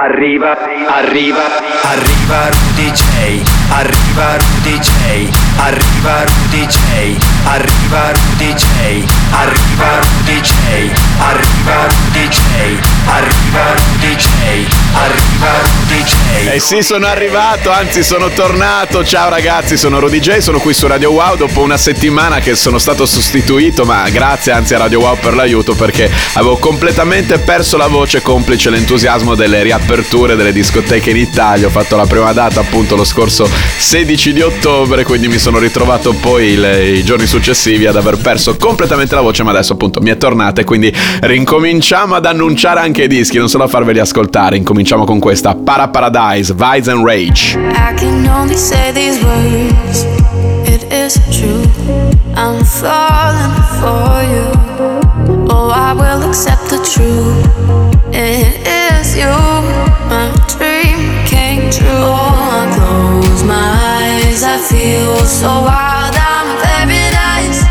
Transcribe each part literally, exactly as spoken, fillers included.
Arriva, arriva, arriva Rudy J, arriva Rudy J, arriva Rudy J, arriva Rudy J, arriva Rudy J, arriva Rudy J, arriva Rudy J, arriva Rudy J. Eh sì, sono arrivato, anzi sono tornato. Ciao ragazzi, sono Rudy J, sono qui su Radio Wow dopo una settimana che sono stato sostituito, ma grazie anzi a Radio Wow per l'aiuto, perché avevo completamente perso la voce complice l'entusiasmo delle riaperture delle discoteche in Italia. Ho fatto la prima data appunto lo scorso sedici di ottobre, quindi mi sono ritrovato poi il, i giorni successivi ad aver perso completamente la voce, ma adesso appunto mi è tornata e quindi rincominciamo ad annunciare anche i dischi, non solo a farveli ascoltare. Incominciamo con questa Para Paradise, Vibes and Rage. I can only say these words, it is true, I'm falling for you. Oh, I will accept the truth, it is you, my dream came true. Oh, I close my eyes, I feel so wild, I'm in paradise.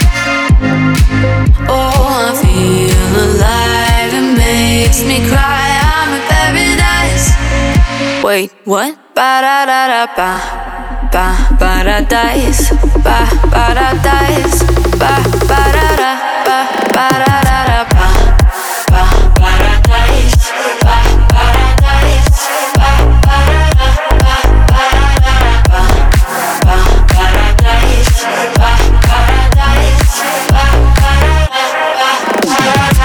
Oh, I feel alive, it makes me cry, I'm in paradise. Wait, what? Ba-da-da-da-ba, ba, paradise, ba, paradise, ba, ba-da-da, ba, ba-da-da-da, ba, ba, paradise, ba, paradise, ba, ba-da-da, ba, ba-da-da-da, ba, ba, paradise, ba, paradise, ba, ba-da-da, ba,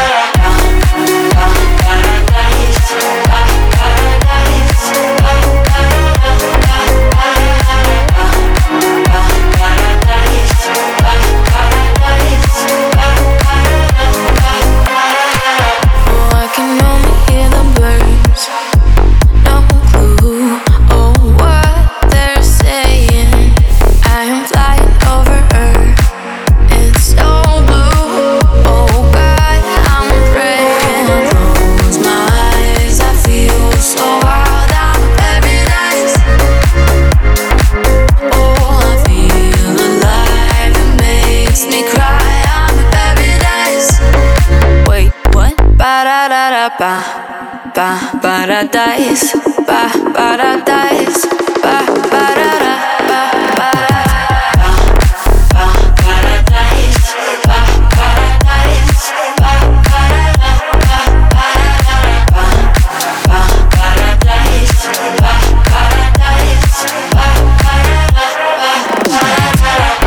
ba, ba, paradise, ba, paradise, ba, ba-da-da, ba, ba-da-da, ba, ba, paradise, ba, paradise, ba, ba-da-da, ba, ba-da-da, ba, ba, paradise, ba, paradise, ba, ba-da-da, ba, ba-da-da.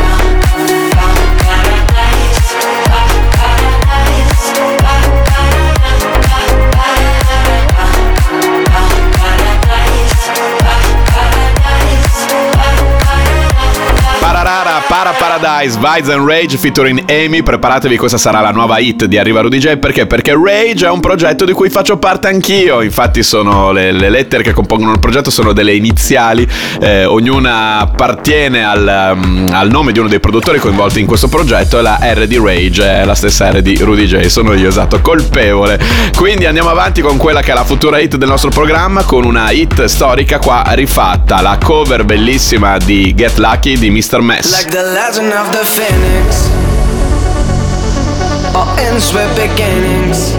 Para Paradise, Vibes and Rage featuring Amy. Preparatevi, questa sarà la nuova hit di Arriva Rudy J. Perché? Perché Rage è un progetto di cui faccio parte anch'io. Infatti sono le, le lettere che compongono il progetto sono delle iniziali, eh, ognuna appartiene al, um, al nome di uno dei produttori coinvolti in questo progetto, e la R di Rage è la stessa R di Rudy J. Sono io, esatto, colpevole. Quindi andiamo avanti con quella che è la futura hit del nostro programma, con una hit storica qua rifatta, la cover bellissima di Get Lucky di mister Mess. Like the legend of the phoenix, all ends with beginnings.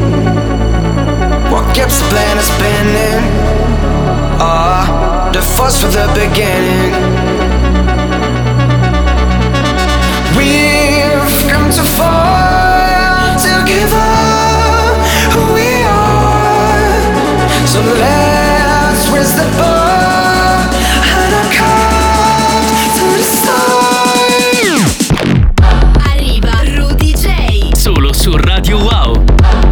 What keeps the planet spinning? Ah, the force for the beginning. We've come too far to give up who we are. So let's raise the bar and our cup to the stars. Arriva Rudy J. Solo su Radio Wow.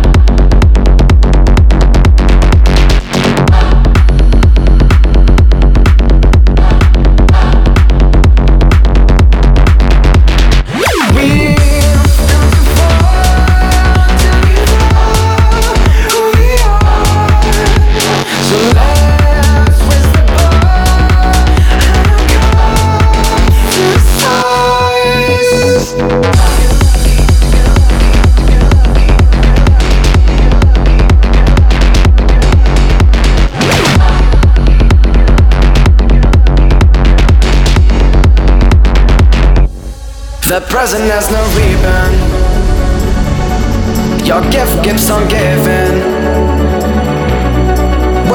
The present has no ribbon. Your gift keeps on giving.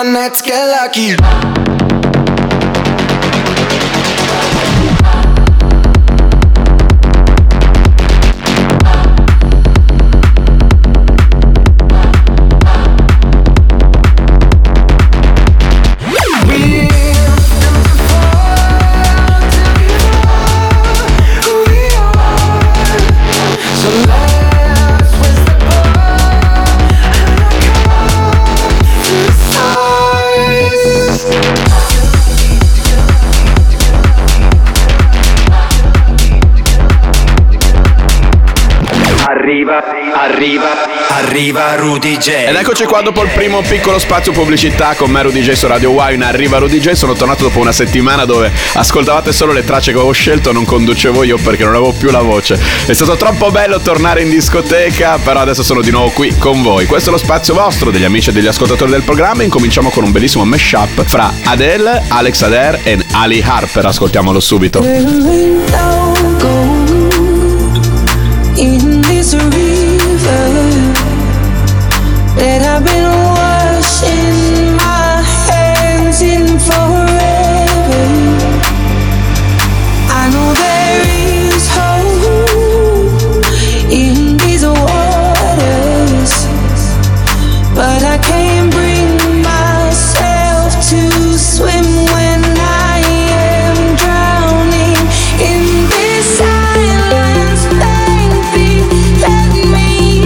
one night to get lucky. Arriva, arriva, arriva Rudy J. Ed eccoci qua dopo il primo piccolo spazio pubblicità con me Rudy J su Radio Wow in Arriva Rudy J. Sono tornato dopo una settimana dove ascoltavate solo le tracce che avevo scelto, non conducevo io perché non avevo più la voce. È stato troppo bello tornare in discoteca, però adesso sono di nuovo qui con voi. Questo è lo spazio vostro, degli amici e degli ascoltatori del programma. Incominciamo con un bellissimo mashup fra Adele, Alex Adair e Ali Harper. Ascoltiamolo subito. In this river that I've been washing my hands in forever, I know there is hope in these waters, but I can't bring myself to swim when I am drowning in this silence. Let me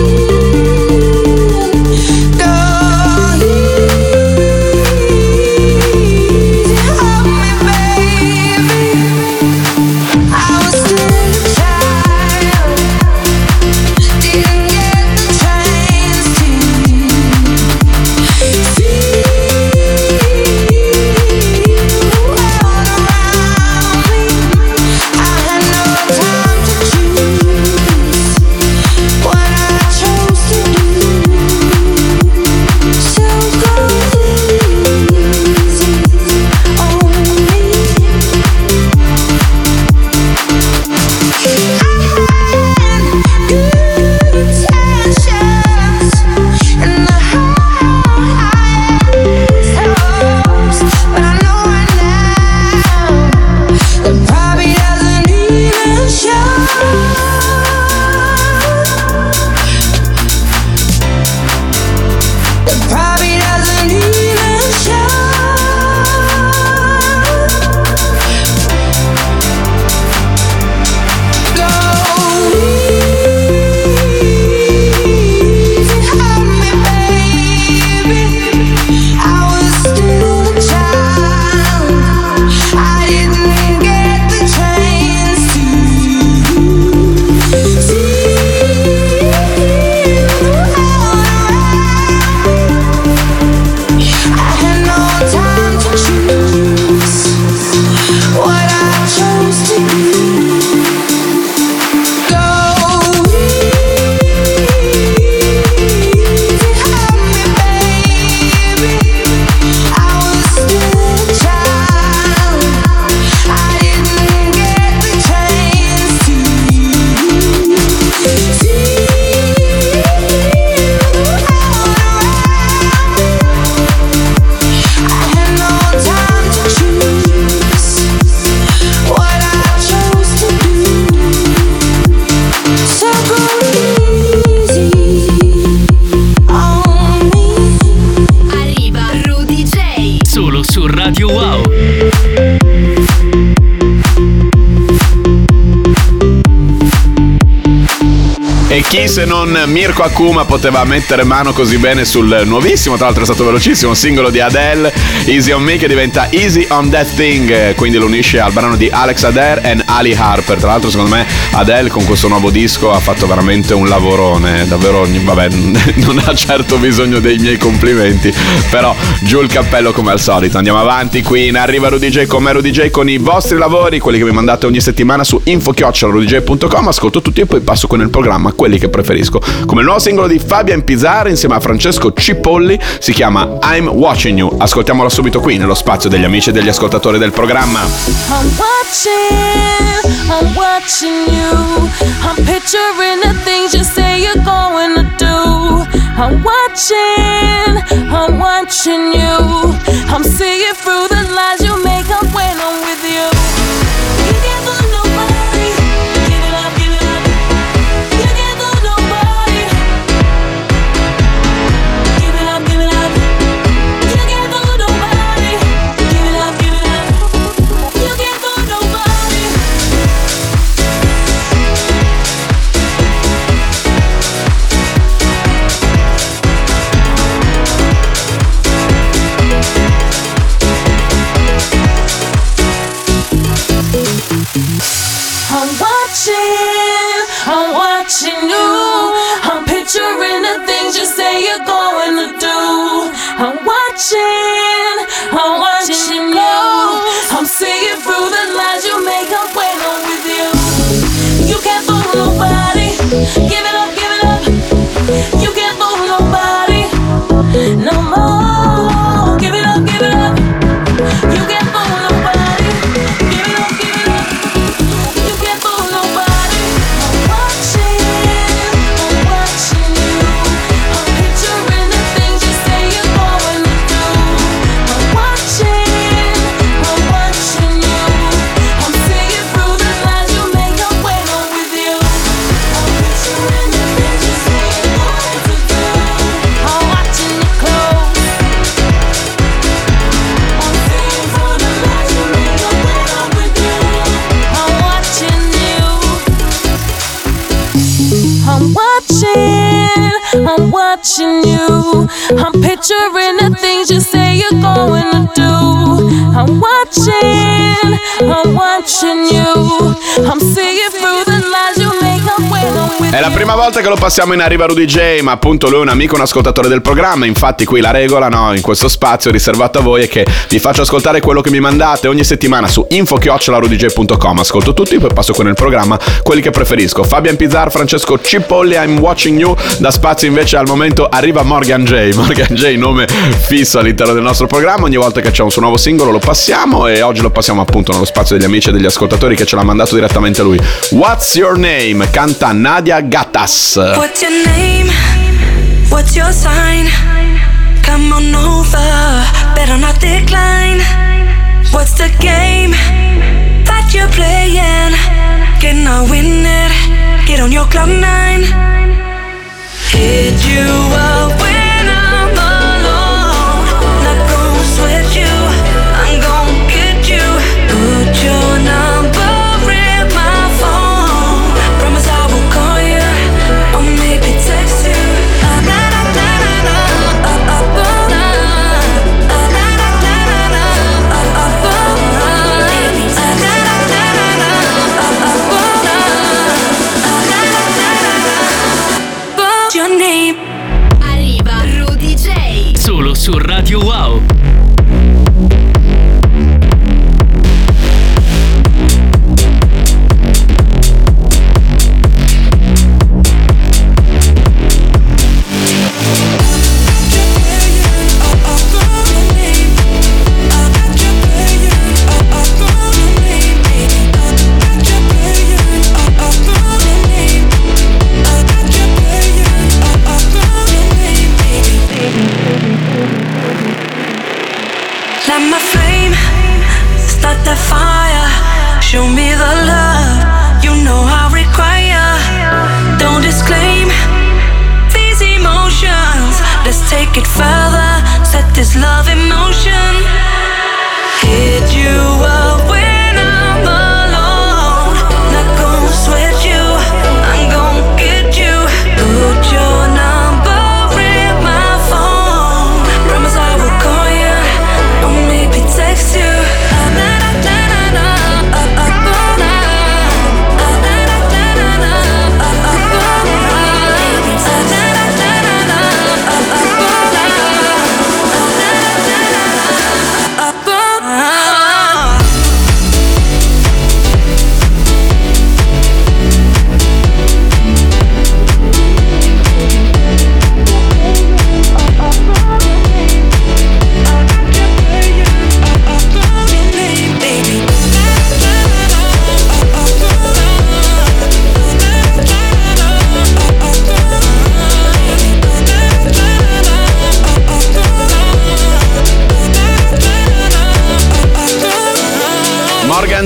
E chi se non Mirko Akuma poteva mettere mano così bene sul nuovissimo, tra l'altro è stato velocissimo, singolo di Adele, Easy on Me, che diventa Easy on That Thing, quindi lo unisce al brano di Alex Adair e Ali Harper. Tra l'altro secondo me Adele con questo nuovo disco ha fatto veramente un lavorone, davvero, vabbè, non ha certo bisogno dei miei complimenti, però giù il cappello come al solito. Andiamo avanti qui in Arriva Rudy J con me Rudy J, con i vostri lavori, quelli che mi mandate ogni settimana su info chiocciola rudy j punto com. Ascolto tutti e poi passo con il programma quelli che preferisco, come il nuovo singolo di Fabian Pizzar insieme a Francesco Cipolli, si chiama I'm Watching You. Ascoltiamolo subito qui nello spazio degli amici e degli ascoltatori del programma. I'm watching, I'm watching you. I'm picturing the things you say you're going to do. I'm watching, I'm watching watching you. I'm seeing through the lies you make up when I'm with you. You can't fool nobody. Give it up, give it up. You can't fool nobody. Give it up, give it up. You can't fool nobody. Give it up, give it up. You can't fool nobody. I'm watching, I'm watching you. I'm picturing the things you say you're going to do. I'm watching, I'm watching you. I'm seeing through the lies you make up when I'm with you. You can't fool nobody. Give it up, give it up. You can't fool nobody no more. Give it up, give it up. You can't fool nobody. Give it up, give it up. You can't fool nobody. I'm watching, I'm watching you. I'm picturing the things you say you're going to do. I'm watching, I'm watching you. I'm seeing through the lies you make up when I'm with you. I'm picturing the things you say you're going to do. I'm watching you close. I'm seeing through the lies you make up when I'm with you. I'm watching you. I'm watching, I'm watching you. I'm picturing the things you say you're going to do. I'm watching, I'm watching you. I'm seeing through the lies you make up when I'm with you. È la prima volta che lo passiamo in Arriva Rudy J, ma appunto lui è un amico, un ascoltatore del programma. Infatti qui la regola, no, in questo spazio riservato a voi è che vi faccio ascoltare quello che mi mandate ogni settimana su info chiocciola rudy j punto com. Ascolto tutti, poi passo qui nel programma quelli che preferisco. Fabian Pizzar, Francesco Cipolli, I'm Watching You. Da spazio invece al momento arriva Morgan J. Morgan J, nome fisso all'interno del nostro programma. Ogni volta che c'è un suo nuovo singolo lo passiamo, e oggi lo passiamo appunto nello spazio degli amici e degli ascoltatori che ce l'ha mandato direttamente lui. What's Your Name? Canta Nadia Gattas. What's your name? What's your sign? Come on over, better not decline. What's the game that you're playing? Can I win it? Get on your cloud nine. Hit you up when I'm alone. Not gonna sweat you, I'm gonna get you. Put your number in my phone. Promise I will call you, or maybe text you. Ah, na, na, na, na, na. Ah, ah, ah, na. Ah, na, na, na, na, na. Ah, ah, ah, na. Ah, na, na, na, na, na. Ah, ah, ah, na. Ah, na, na, na, na, na. What's your name? Arriva Rudy J. Solo su Radio Wow.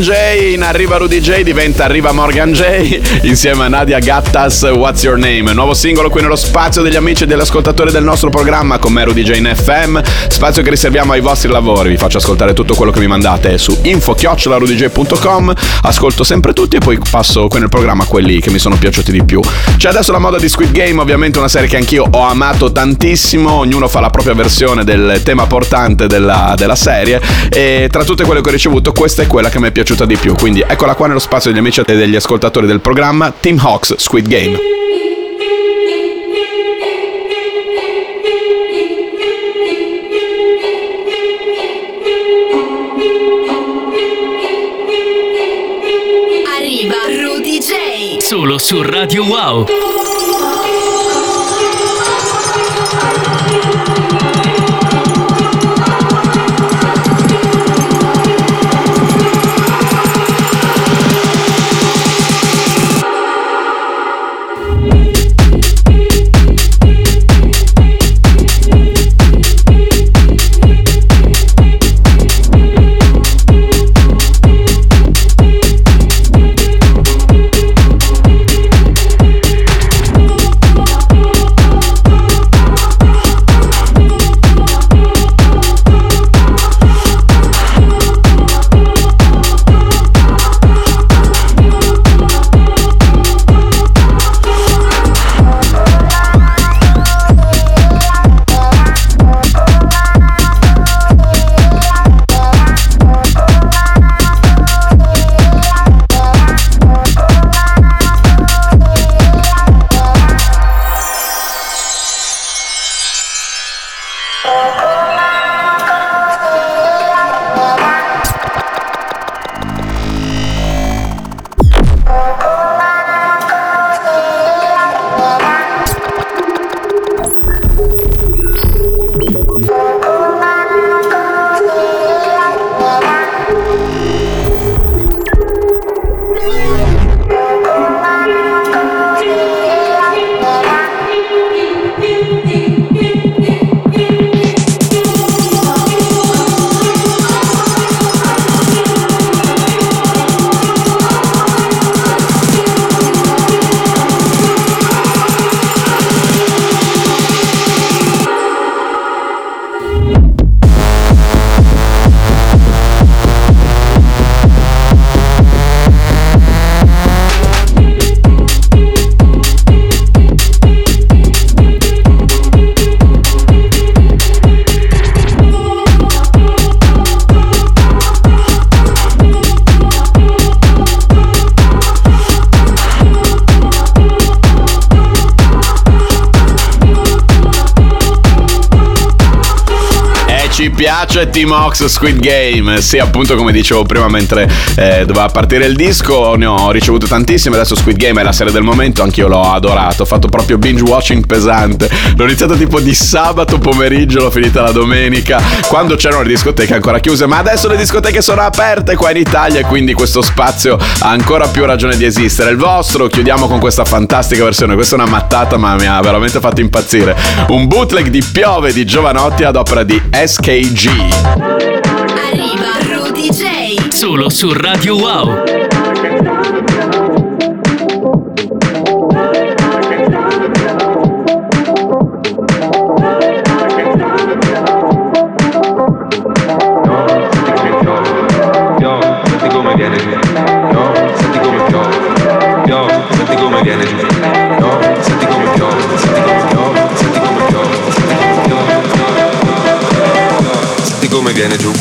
J, in Arriva Rudy J diventa Arriva Morgan J insieme a Nadia Gattas, What's Your Name, nuovo singolo qui nello spazio degli amici e degli ascoltatori del nostro programma con me Rudy J in F M, spazio che riserviamo ai vostri lavori. Vi faccio ascoltare tutto quello che mi mandate su info chiocciola rudy j punto com, ascolto sempre tutti e poi passo qui nel programma quelli che mi sono piaciuti di più. C'è adesso la moda di Squid Game, ovviamente una serie che anch'io ho amato tantissimo, ognuno fa la propria versione del tema portante della, della serie e tra tutte quelle che ho ricevuto questa è quella che mi è piaciuta di più, quindi eccola qua nello spazio degli amici e degli ascoltatori del programma, Team Hawks Squid Game. Arriva Rudy J solo su Radio Wow. Ci piace Team Hawks Squid Game, sì, appunto come dicevo prima mentre eh, doveva partire il disco, ne ho ricevute tantissime, adesso Squid Game è la serie del momento, anch'io l'ho adorato, ho fatto proprio binge watching pesante, l'ho iniziato tipo di sabato pomeriggio, l'ho finita la domenica, quando c'erano le discoteche ancora chiuse, ma adesso le discoteche sono aperte qua in Italia e quindi questo spazio ha ancora più ragione di esistere. Il vostro, chiudiamo con questa fantastica versione, questa è una mattata ma mi ha veramente fatto impazzire, un bootleg di Piove di Giovanotti ad opera di S K G. Arriva Rudy J solo su Radio Wow. Come viene giù.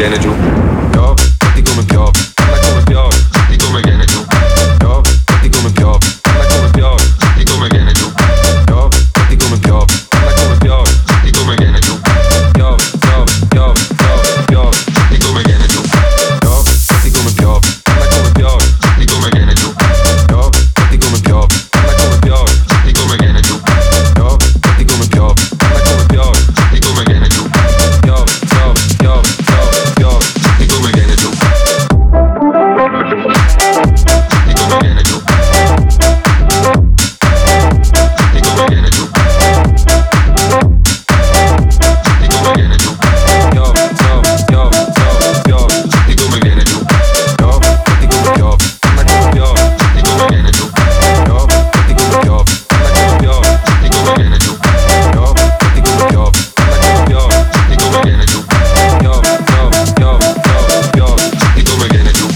viene giù. Piove, senti come piove, guarda come piove, senti come viene giù. Piove, senti come piove, guarda come piove, senti come viene giù. Piove, senti come piove, guarda come piove, senti come viene giù. Piove, piove, piove, piove, piove, senti come viene giù. Piove, senti come piove, guarda come piove, senti come viene giù. Piove, senti come piove, guarda come piove, senti come viene giù. Piove, senti come piove, guarda come piove, senti come viene giù. Piove, piove, piove, piove, piove, senti come viene giù. Senti come viene giù. Senti come viene giù. Senti come viene giù. Piove, piove, piove, piove, piove, senti come viene giù. Piove, senti come piove, guarda come piove, senti come viene giù. Piove, senti come piove, guarda come piove, senti come viene giù. Piove, senti come piove, guarda come piove, senti come viene giù. Piove, piove, piove, piove, piove, senti come viene giù.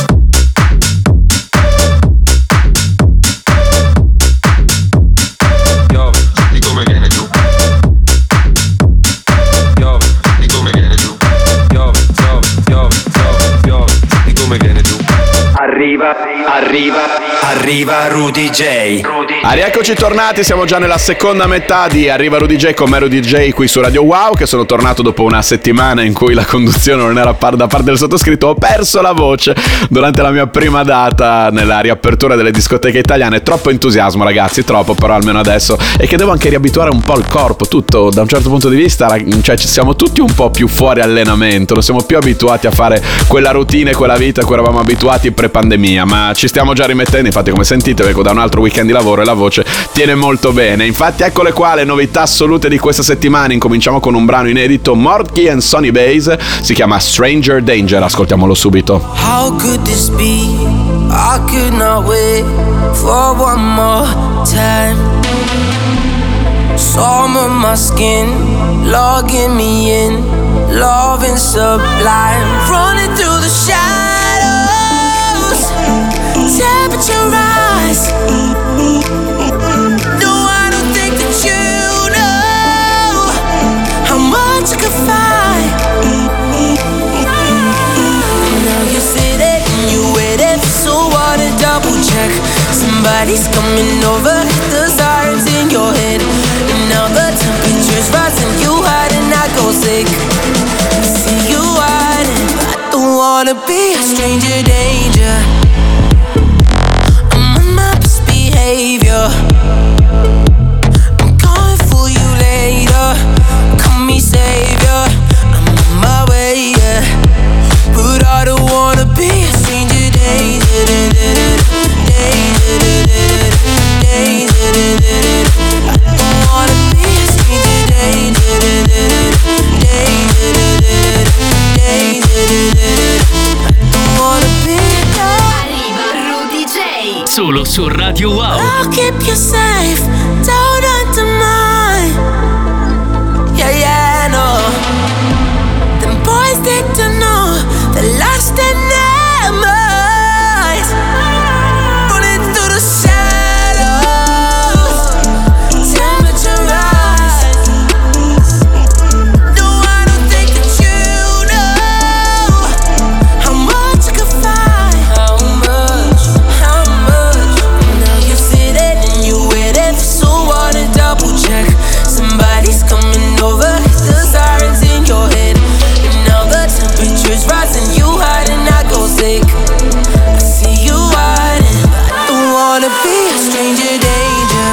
Piove, senti come viene giù. Piove, senti come viene giù. Piove, piove, piove, piove, piove, senti come viene giù. Arriva, arriva, arriva Rudy J. Ah, rieccoci tornati, siamo già nella seconda metà di Arriva Rudy J con me Rudy J qui su Radio Wow, che sono tornato dopo una settimana in cui la conduzione non era par- da parte del sottoscritto. Ho perso la voce durante la mia prima data nella riapertura delle discoteche italiane. Troppo entusiasmo, ragazzi, troppo, però almeno adesso. E che devo anche riabituare un po' il corpo, tutto da un certo punto di vista, cioè ci siamo tutti un po' più fuori allenamento, non siamo più abituati a fare quella routine, quella vita a cui eravamo abituati pre-pandemia, ma ci stiamo già rimettendo. Infatti, come sentite, vengo da un altro weekend di lavoro e la voce tiene molto bene. Infatti, eccole qua le novità assolute di questa settimana. Incominciamo con un brano inedito, Morky and Sonny Bass, si chiama Stranger Danger, ascoltiamolo subito. How could this be? I could not wait for one more time. Some of my skin, logging me in, loving sublime, running through the shadows, temperature rise. No, I don't think that you know how much I could find. Now you sit it and you wait it, so what a double check. Somebody's coming over, the sirens in your head. And now the temperature's rising, you hide and I go sick. I see you hiding, I don't wanna be a stranger danger. I'm on my best behavior. I'm coming for you later. Call me savior, I'm on my way, yeah. But I don't wanna be a stranger danger, danger, danger, danger, danger. I don't wanna be a stranger danger, danger, danger, danger, danger. I don't wanna be. Arriva Rudy J. Solo su Radio Wow. I'll keep you safe, don't undermine. Yeah, yeah, no. Them boys need to know the last in their minds. Running through the shadows, temperature rise. No, I don't think that you know how much I could find. How much, how much. Now you sit it and you wait it, so what a double check. Somebody's coming over, the sirens in your head. And now the temperature's rising, you hide and I go sick. I see you hiding, I don't wanna be a stranger danger.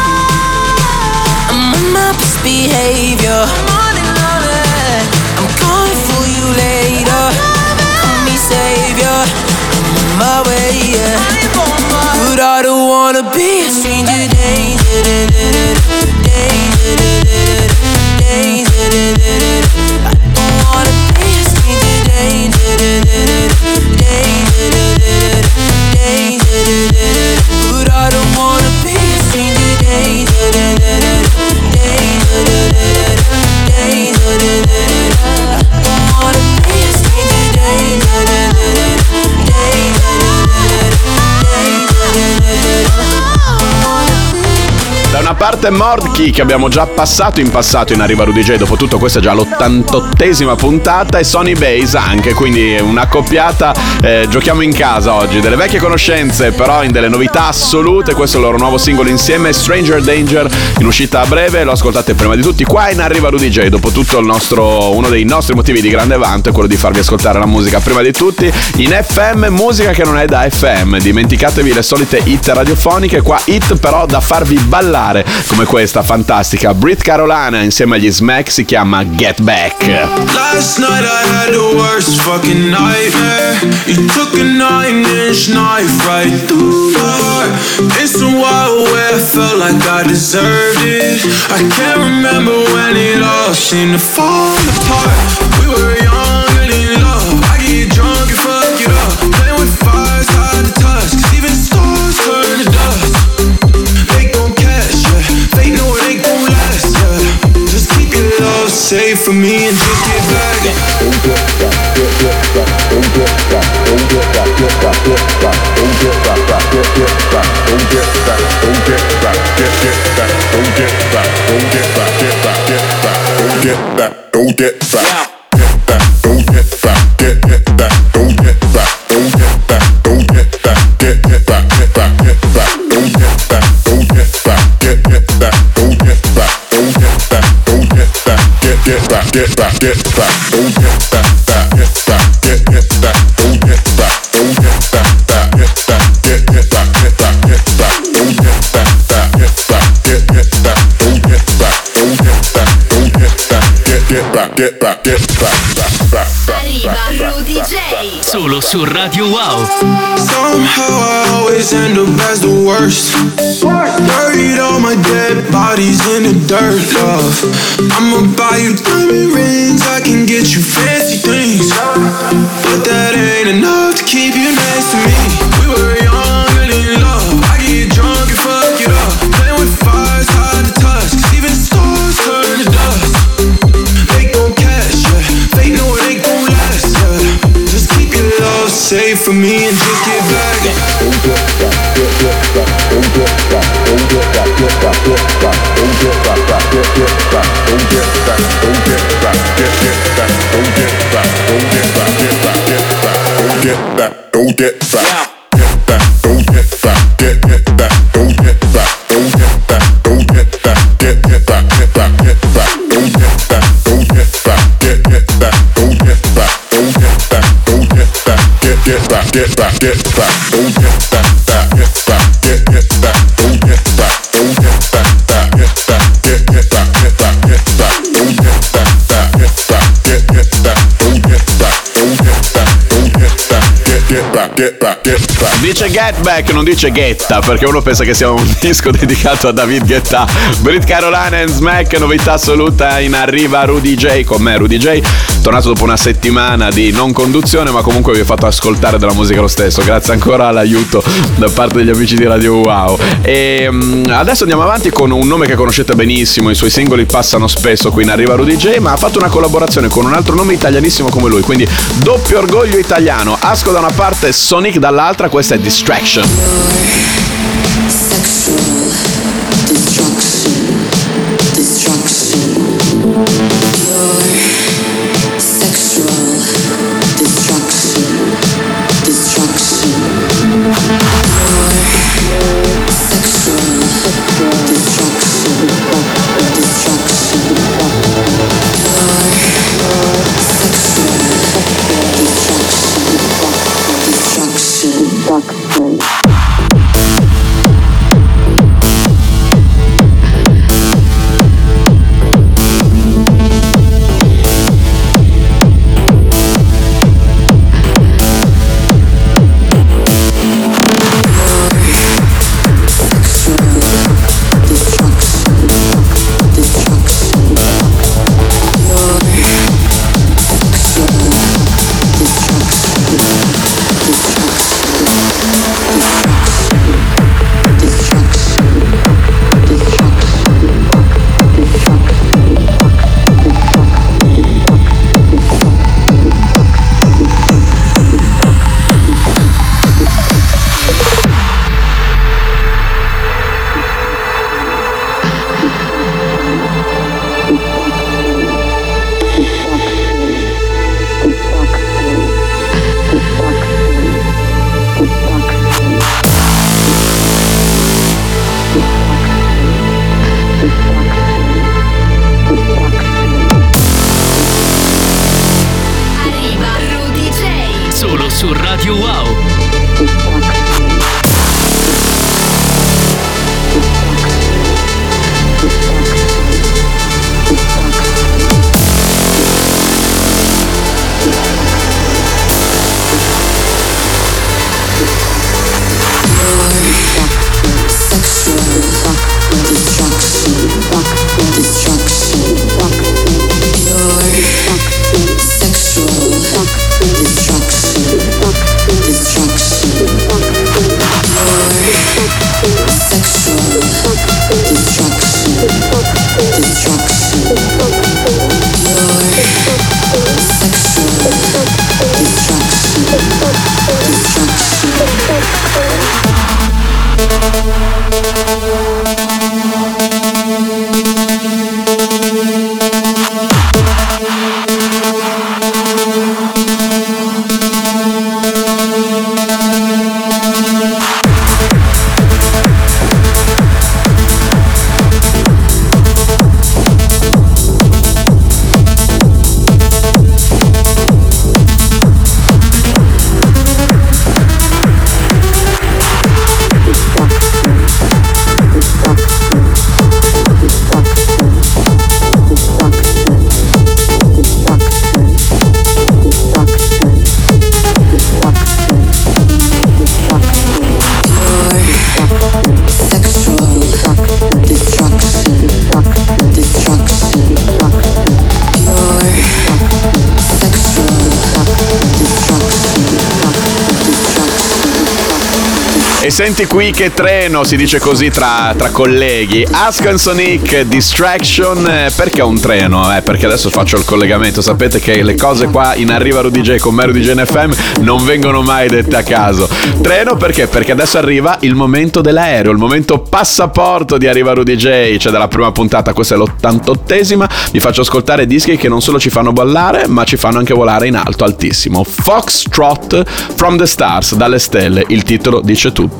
I'm on my best behavior. I'm coming for you later. Call me savior, I'm on my way, yeah. But I don't wanna be a stranger danger, danger, danger, danger, danger. I don't wanna be a stranger danger, danger, danger, danger, danger. But I don't wanna be a stranger danger, danger, danger, danger, danger. I don't wanna be a stranger danger, danger, danger, danger, danger. Da una parte Mordky, che abbiamo già passato in passato in Arriva Rudy J, dopo tutto questa è già l'ottantottesima puntata, e Sonny Bass anche, quindi una coppiata, eh, giochiamo in casa oggi, delle vecchie conoscenze però in delle novità assolute. Questo è il loro nuovo singolo insieme, Stranger Danger, in uscita a breve, lo ascoltate prima di tutti qua in Arriva Rudy J. Dopo tutto il nostro, uno dei nostri motivi di grande vanto è quello di farvi ascoltare la musica prima di tutti in F M, musica che non è da F M, dimenticatevi le solite hit radiofoniche, qua hit però da farvi ballare, come questa fantastica Brit Carolina insieme agli Smack, si chiama Get Back. Last night I had the worst fucking nightmare. You took a nine inch knife right through my heart. It's a while where I felt like I deserved it. I can't remember when it all seemed to fall apart. We were young and in love. I get drunk and fuck it up. Playing with fire's hard to touch, cause even stars turn to dust. They gon' catch ya, they know it ain't gon' last ya. Just keep your love safe for me and just get back. Don't get back, get get back, don't get back, don't get back, get back, get back, don't get back, back, get get back, don't get back, don't get back, get get back, don't get back, don't get back, get back, get back, don't get back, don't get back. Don't get back, get get back, don't get back, don't get back, don't get back, get get back, get back, get back, don't get back, don't get back, get get back, don't get back, don't get back, don't get back, get get back, get back, get back, don't get back, back, get back, get get back, don't get back, don't get back, back, get back, get get back, get back, get back, don't get back, back, get back, get get back, don't get back, don't get back, don't get back, get get back, get back, get back. Arriva Rudy J solo su Radio Wow. Somehow I always end up as the worst. Buried all my dead bodies in the dirt, love. I'ma buy you diamond rings, I can get you fancy things, but that ain't enough to keep you next to me. We were young and in love. I get drunk and fuck it up. Playing with fire's hard to touch, cause even stars turn to dust. They gon' catch ya, they know it ain't gon' last ya. Just keep your love safe for me and just get back. Don't get back, get get back, don't get back, don't get back, get back, get back, don't get back, back, get get back, don't get back, don't get back, get get back, don't get back, don't get back, get back, get back, don't get back, don't get back, get back, don't get back, get get back, don't get back, don't get back, don't get back, get get back, get back, get back, don't get back, don't get back, get get back, don't get back, don't get back, don't get back, get get back, get back, get back, don't get back, back, get back, get get back, don't get back, don't get back, back, get back, get get back, get back, get back, don't get back, back, get back, get get back, don't get back, don't get back, don't get back, get get back, get back, get back. Dice Get Back, non dice Guetta, perché uno pensa che sia un disco dedicato a David Guetta. Brit Carolina and Smack, novità assoluta in Arriva Rudy J, con me Rudy J, tornato dopo una settimana di non conduzione, ma comunque vi ho fatto ascoltare della musica lo stesso, grazie ancora all'aiuto da parte degli amici di Radio Wow. E um, adesso andiamo avanti con un nome che conoscete benissimo, i suoi singoli passano spesso qui in Arriva Rudy J, ma ha fatto una collaborazione con un altro nome italianissimo come lui, quindi doppio orgoglio italiano. Asco da una parte, Sonic dall'altra, questa è Distraction. Sexual destruction, destruction. Your sexual destruction, destruction. Your sexual destruction, destruction. Your sexual destruction, destruction. Destruction. E senti qui che treno, si dice così tra, tra colleghi. Askan Sonic, Distraction. eh, Perché un treno? Eh, perché adesso faccio il collegamento. Sapete che le cose qua in Arriva Rudy J con me Rudy J N F M non vengono mai dette a caso. Treno perché? Perché adesso arriva il momento dell'aereo, il momento passaporto di Arriva Rudy J. Cioè dalla prima puntata, questa è l'ottantottesima. Vi faccio ascoltare dischi che non solo ci fanno ballare, ma ci fanno anche volare in alto, altissimo. Foxtrot, From the Stars, dalle stelle. Il titolo dice tutto.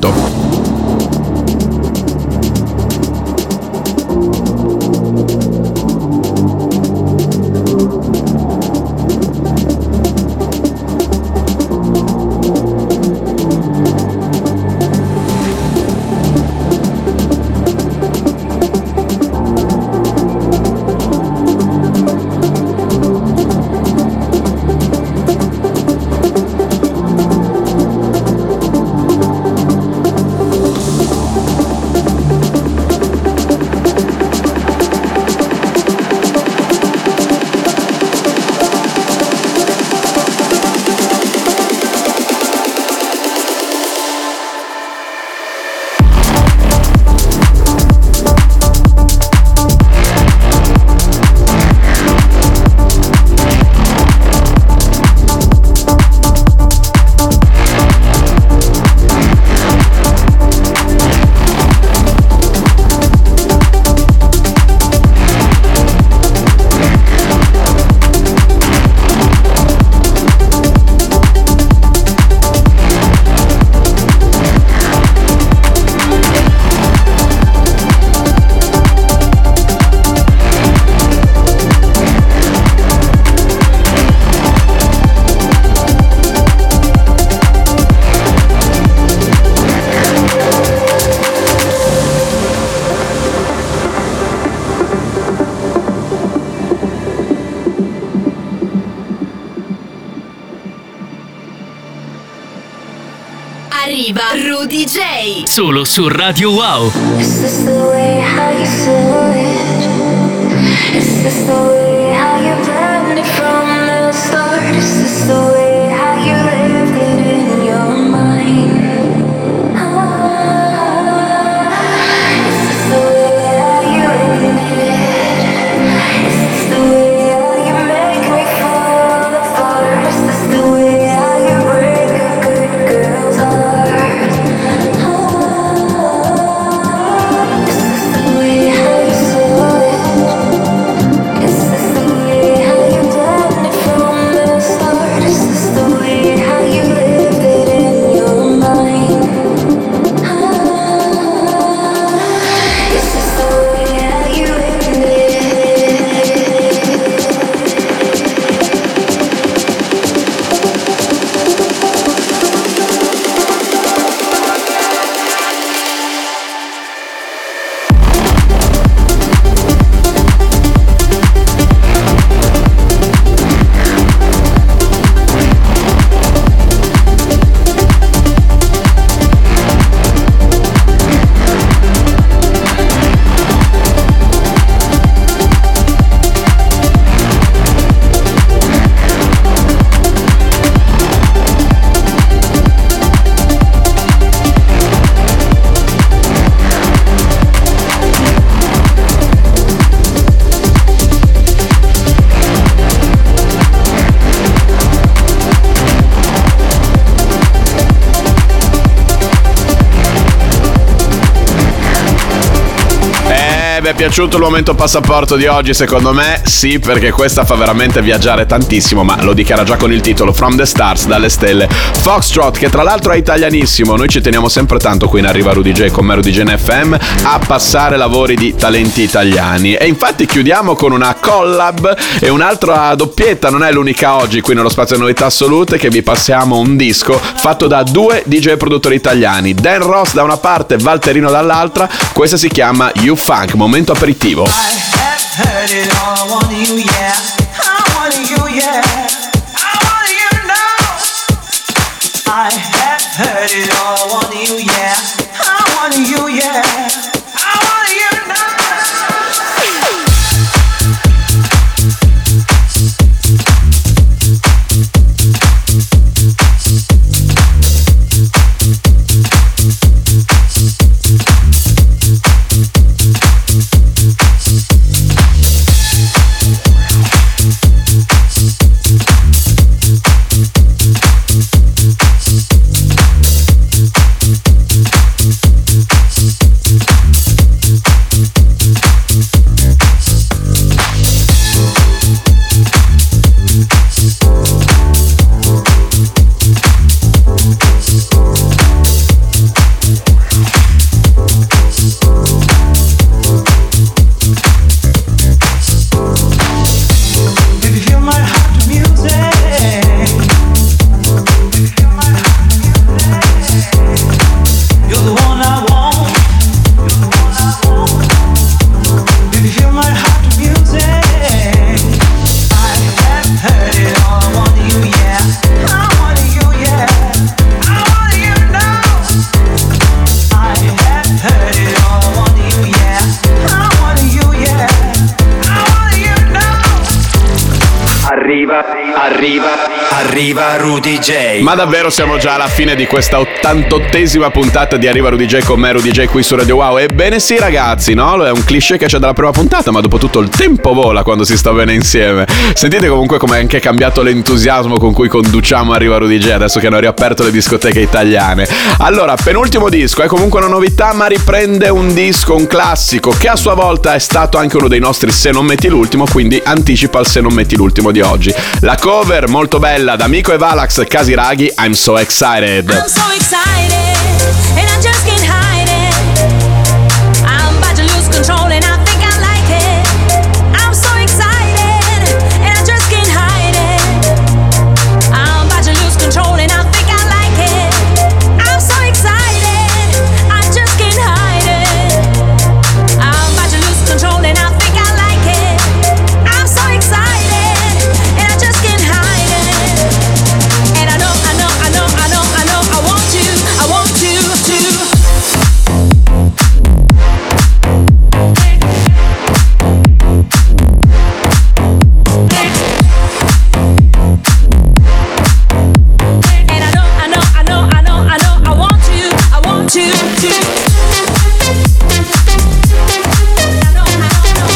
Arriva Rudy J. Solo su Radio Wow. Is this the way how you saw it? Is this the way how you planned it from the start? Is this the way how you lived it in your mind? Ah, is this the way how you ended it? Is this the way how you make me fall apart? Is this the way how you break a good girl's heart? Vi è piaciuto il momento passaporto di oggi? Secondo me sì, perché questa fa veramente viaggiare tantissimo, ma lo dichiara già con il titolo From the Stars, dalle stelle. Foxtrot, che tra l'altro è italianissimo. Noi ci teniamo sempre tanto qui in Arriva Rudy J con me Rudy J N F M a passare lavori di talenti italiani. E infatti chiudiamo con una collab e un'altra doppietta. Non è l'unica oggi qui nello spazio novità assolute, che vi passiamo un disco fatto da due D J produttori italiani, Dan Ross da una parte, Valterino dall'altra. Questa si chiama You Funk, momento aperitivo. Arriva, arriva Rudy J. Ma davvero siamo già alla fine di questa ottantottesima puntata di Arriva Rudy J con me, Rudy J, qui su Radio Wow. Ebbene sì ragazzi, no? È un cliché che c'è dalla prima puntata, ma dopo tutto il tempo vola quando si sta bene insieme. Sentite comunque come è anche cambiato l'entusiasmo con cui conduciamo Arriva Rudy J adesso che hanno riaperto le discoteche italiane. Allora, penultimo disco, è comunque una novità, ma riprende un disco, un classico, che a sua volta è stato anche uno dei nostri Se non metti l'ultimo, quindi anticipa il Se non metti l'ultimo di oggi. La cover molto bella da Miko e Valax, Casiraghi, I'm So Excited. I'm so excited, and I just can't hide it. I'm about to lose control, and I think I like it. I'm so excited, and I just can't hide it. I'm about to lose control, and I think I like it. I'm so excited, I just can't hide it. I'm about to lose control, and I think I like it. I'm so excited, and I just can't hide it. And I know, I know, I know, I know, I know, I want you, I want you to. And I know, I know, I know, I know, I know, I want you, I want you to. I know, I know, I know.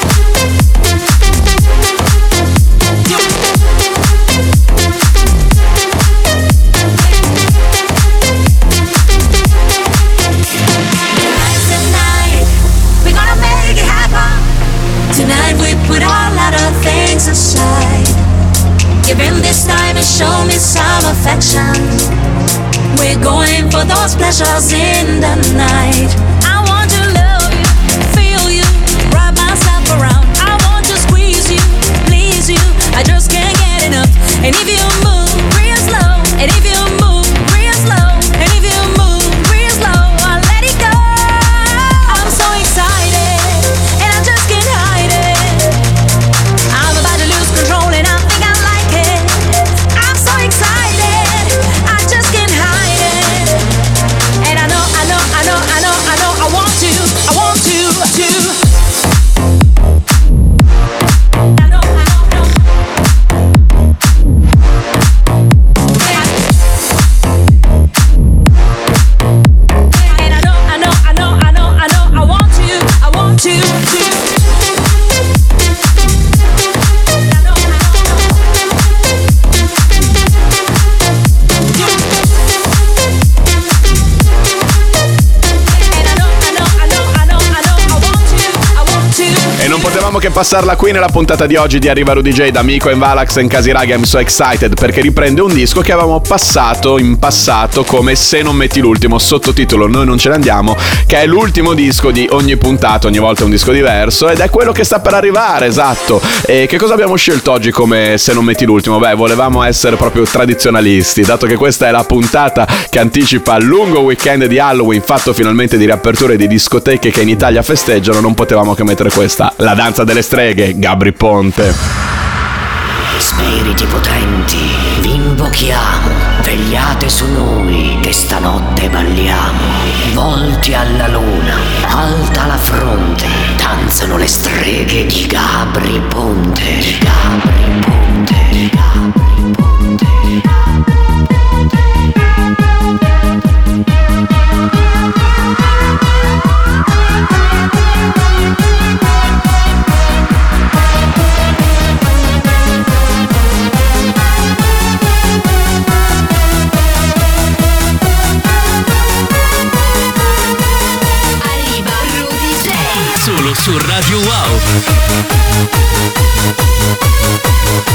Tonight, we're gonna make it happen. Tonight we put all other things aside. Give him this time and show me some affection. We're going for those pleasures in the night. I want to love you, feel you, wrap myself around. I want to squeeze you, please you. I just can't get enough. And if you move real slow, and if you move real slow, and if you move real slow, I'll let it go. I'm so excited, and I just can't hide it. I'm about to lose control, and I think I like it. I'm so excited, I just can't hide it. And I know, I know, I know, I know, I know, I want to, I want to, to. I know, I know, I know. And I know, I know, I know, I know, I know, I want to, I want to, to. I know, I know, I know. And I know, I know, I know, I know, I know, I want to, I want to. E non potevamo che passarla qui nella puntata di oggi di Arriva Rudy J da Miko e Valax e Casiraghi, I'm So Excited, perché riprende un disco che avevamo passato in passato come Se non metti l'ultimo, sottotitolo Noi non ce ne andiamo, che è l'ultimo disco di ogni puntata, ogni volta un disco diverso, ed è quello che sta per arrivare, esatto. E che cosa abbiamo scelto oggi come Se non metti l'ultimo? Beh, volevamo essere proprio tradizionalisti, dato che questa è la puntata che anticipa il lungo weekend di Halloween, fatto finalmente di riaperture di discoteche che in Italia festeggiano, non potevamo che mettere questa, La danza delle streghe, Gabri Ponte. Spiriti potenti, vi invochiamo, vegliate su noi che stanotte balliamo. Volti alla luna, alta la fronte, danzano le streghe di Gabri Ponte. Di Gabri Ponte, di Gabri Ponte, di Solo su Radio Wow.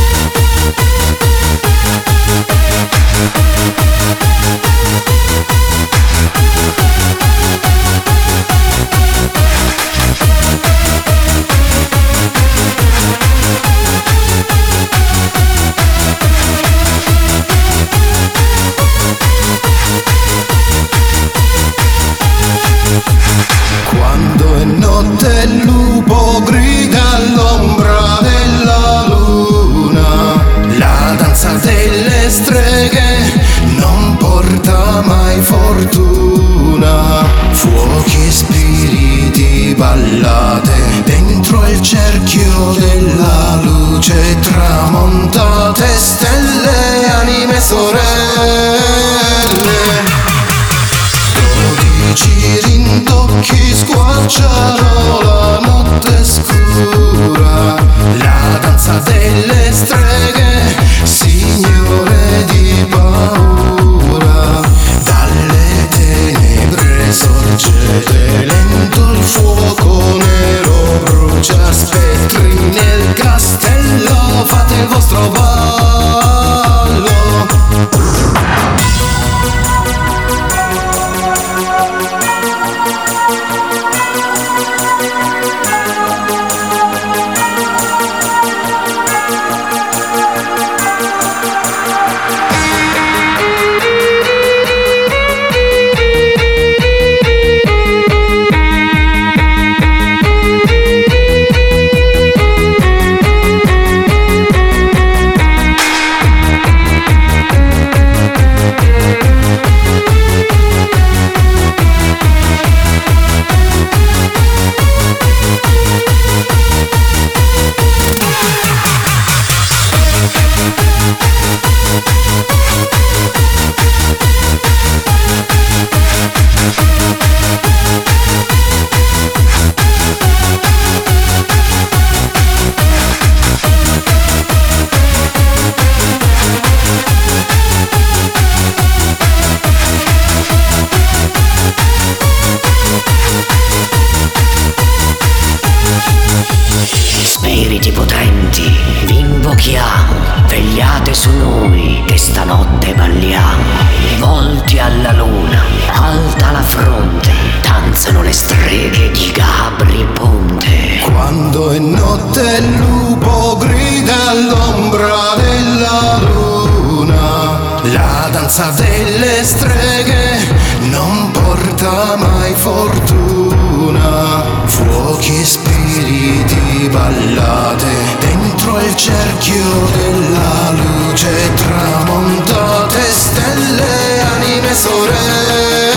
alla luna, alta la fronte, danzano le streghe di Gabri Ponte. Quando è notte il lupo grida all'ombra della luna, la danza delle streghe non porta mai fortuna. Fuochi e spiriti, ballate dentro il cerchio della luce, tramontate stelle, anime sorelle.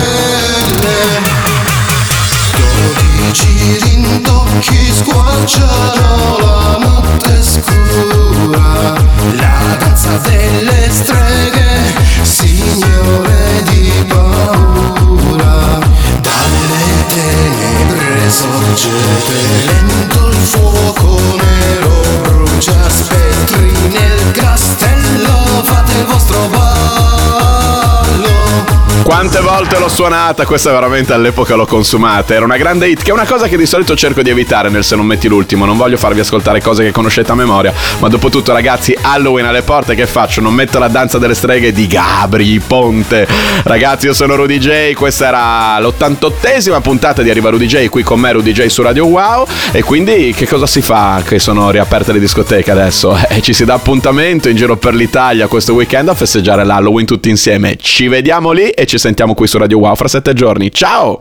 Dodici rintocchi squarciano la notte scura, la danza delle streghe, signore di paura. Dalle tenebre sorgete, lento il fuoco nero brucia, spettri nel castello, fate il vostro ballo. Quante volte l'ho suonata, questa veramente all'epoca l'ho consumata, era una grande hit, che è una cosa che di solito cerco di evitare nel Se non metti l'ultimo, non voglio farvi ascoltare cose che conoscete a memoria, ma dopo tutto ragazzi, Halloween alle porte, che faccio? Non metto la danza delle streghe di Gabri Ponte. Ragazzi, io sono Rudy J, questa era l'ottantottesima puntata di Arriva Rudy J, qui con me Rudy J su Radio Wow, e quindi che cosa si fa che sono riaperte le discoteche adesso? Eh, ci si dà appuntamento in giro per l'Italia questo weekend a festeggiare l'Halloween tutti insieme. Ci vediamo lì e ci sentiamo qui su Radio Wow fra sette giorni. Ciao!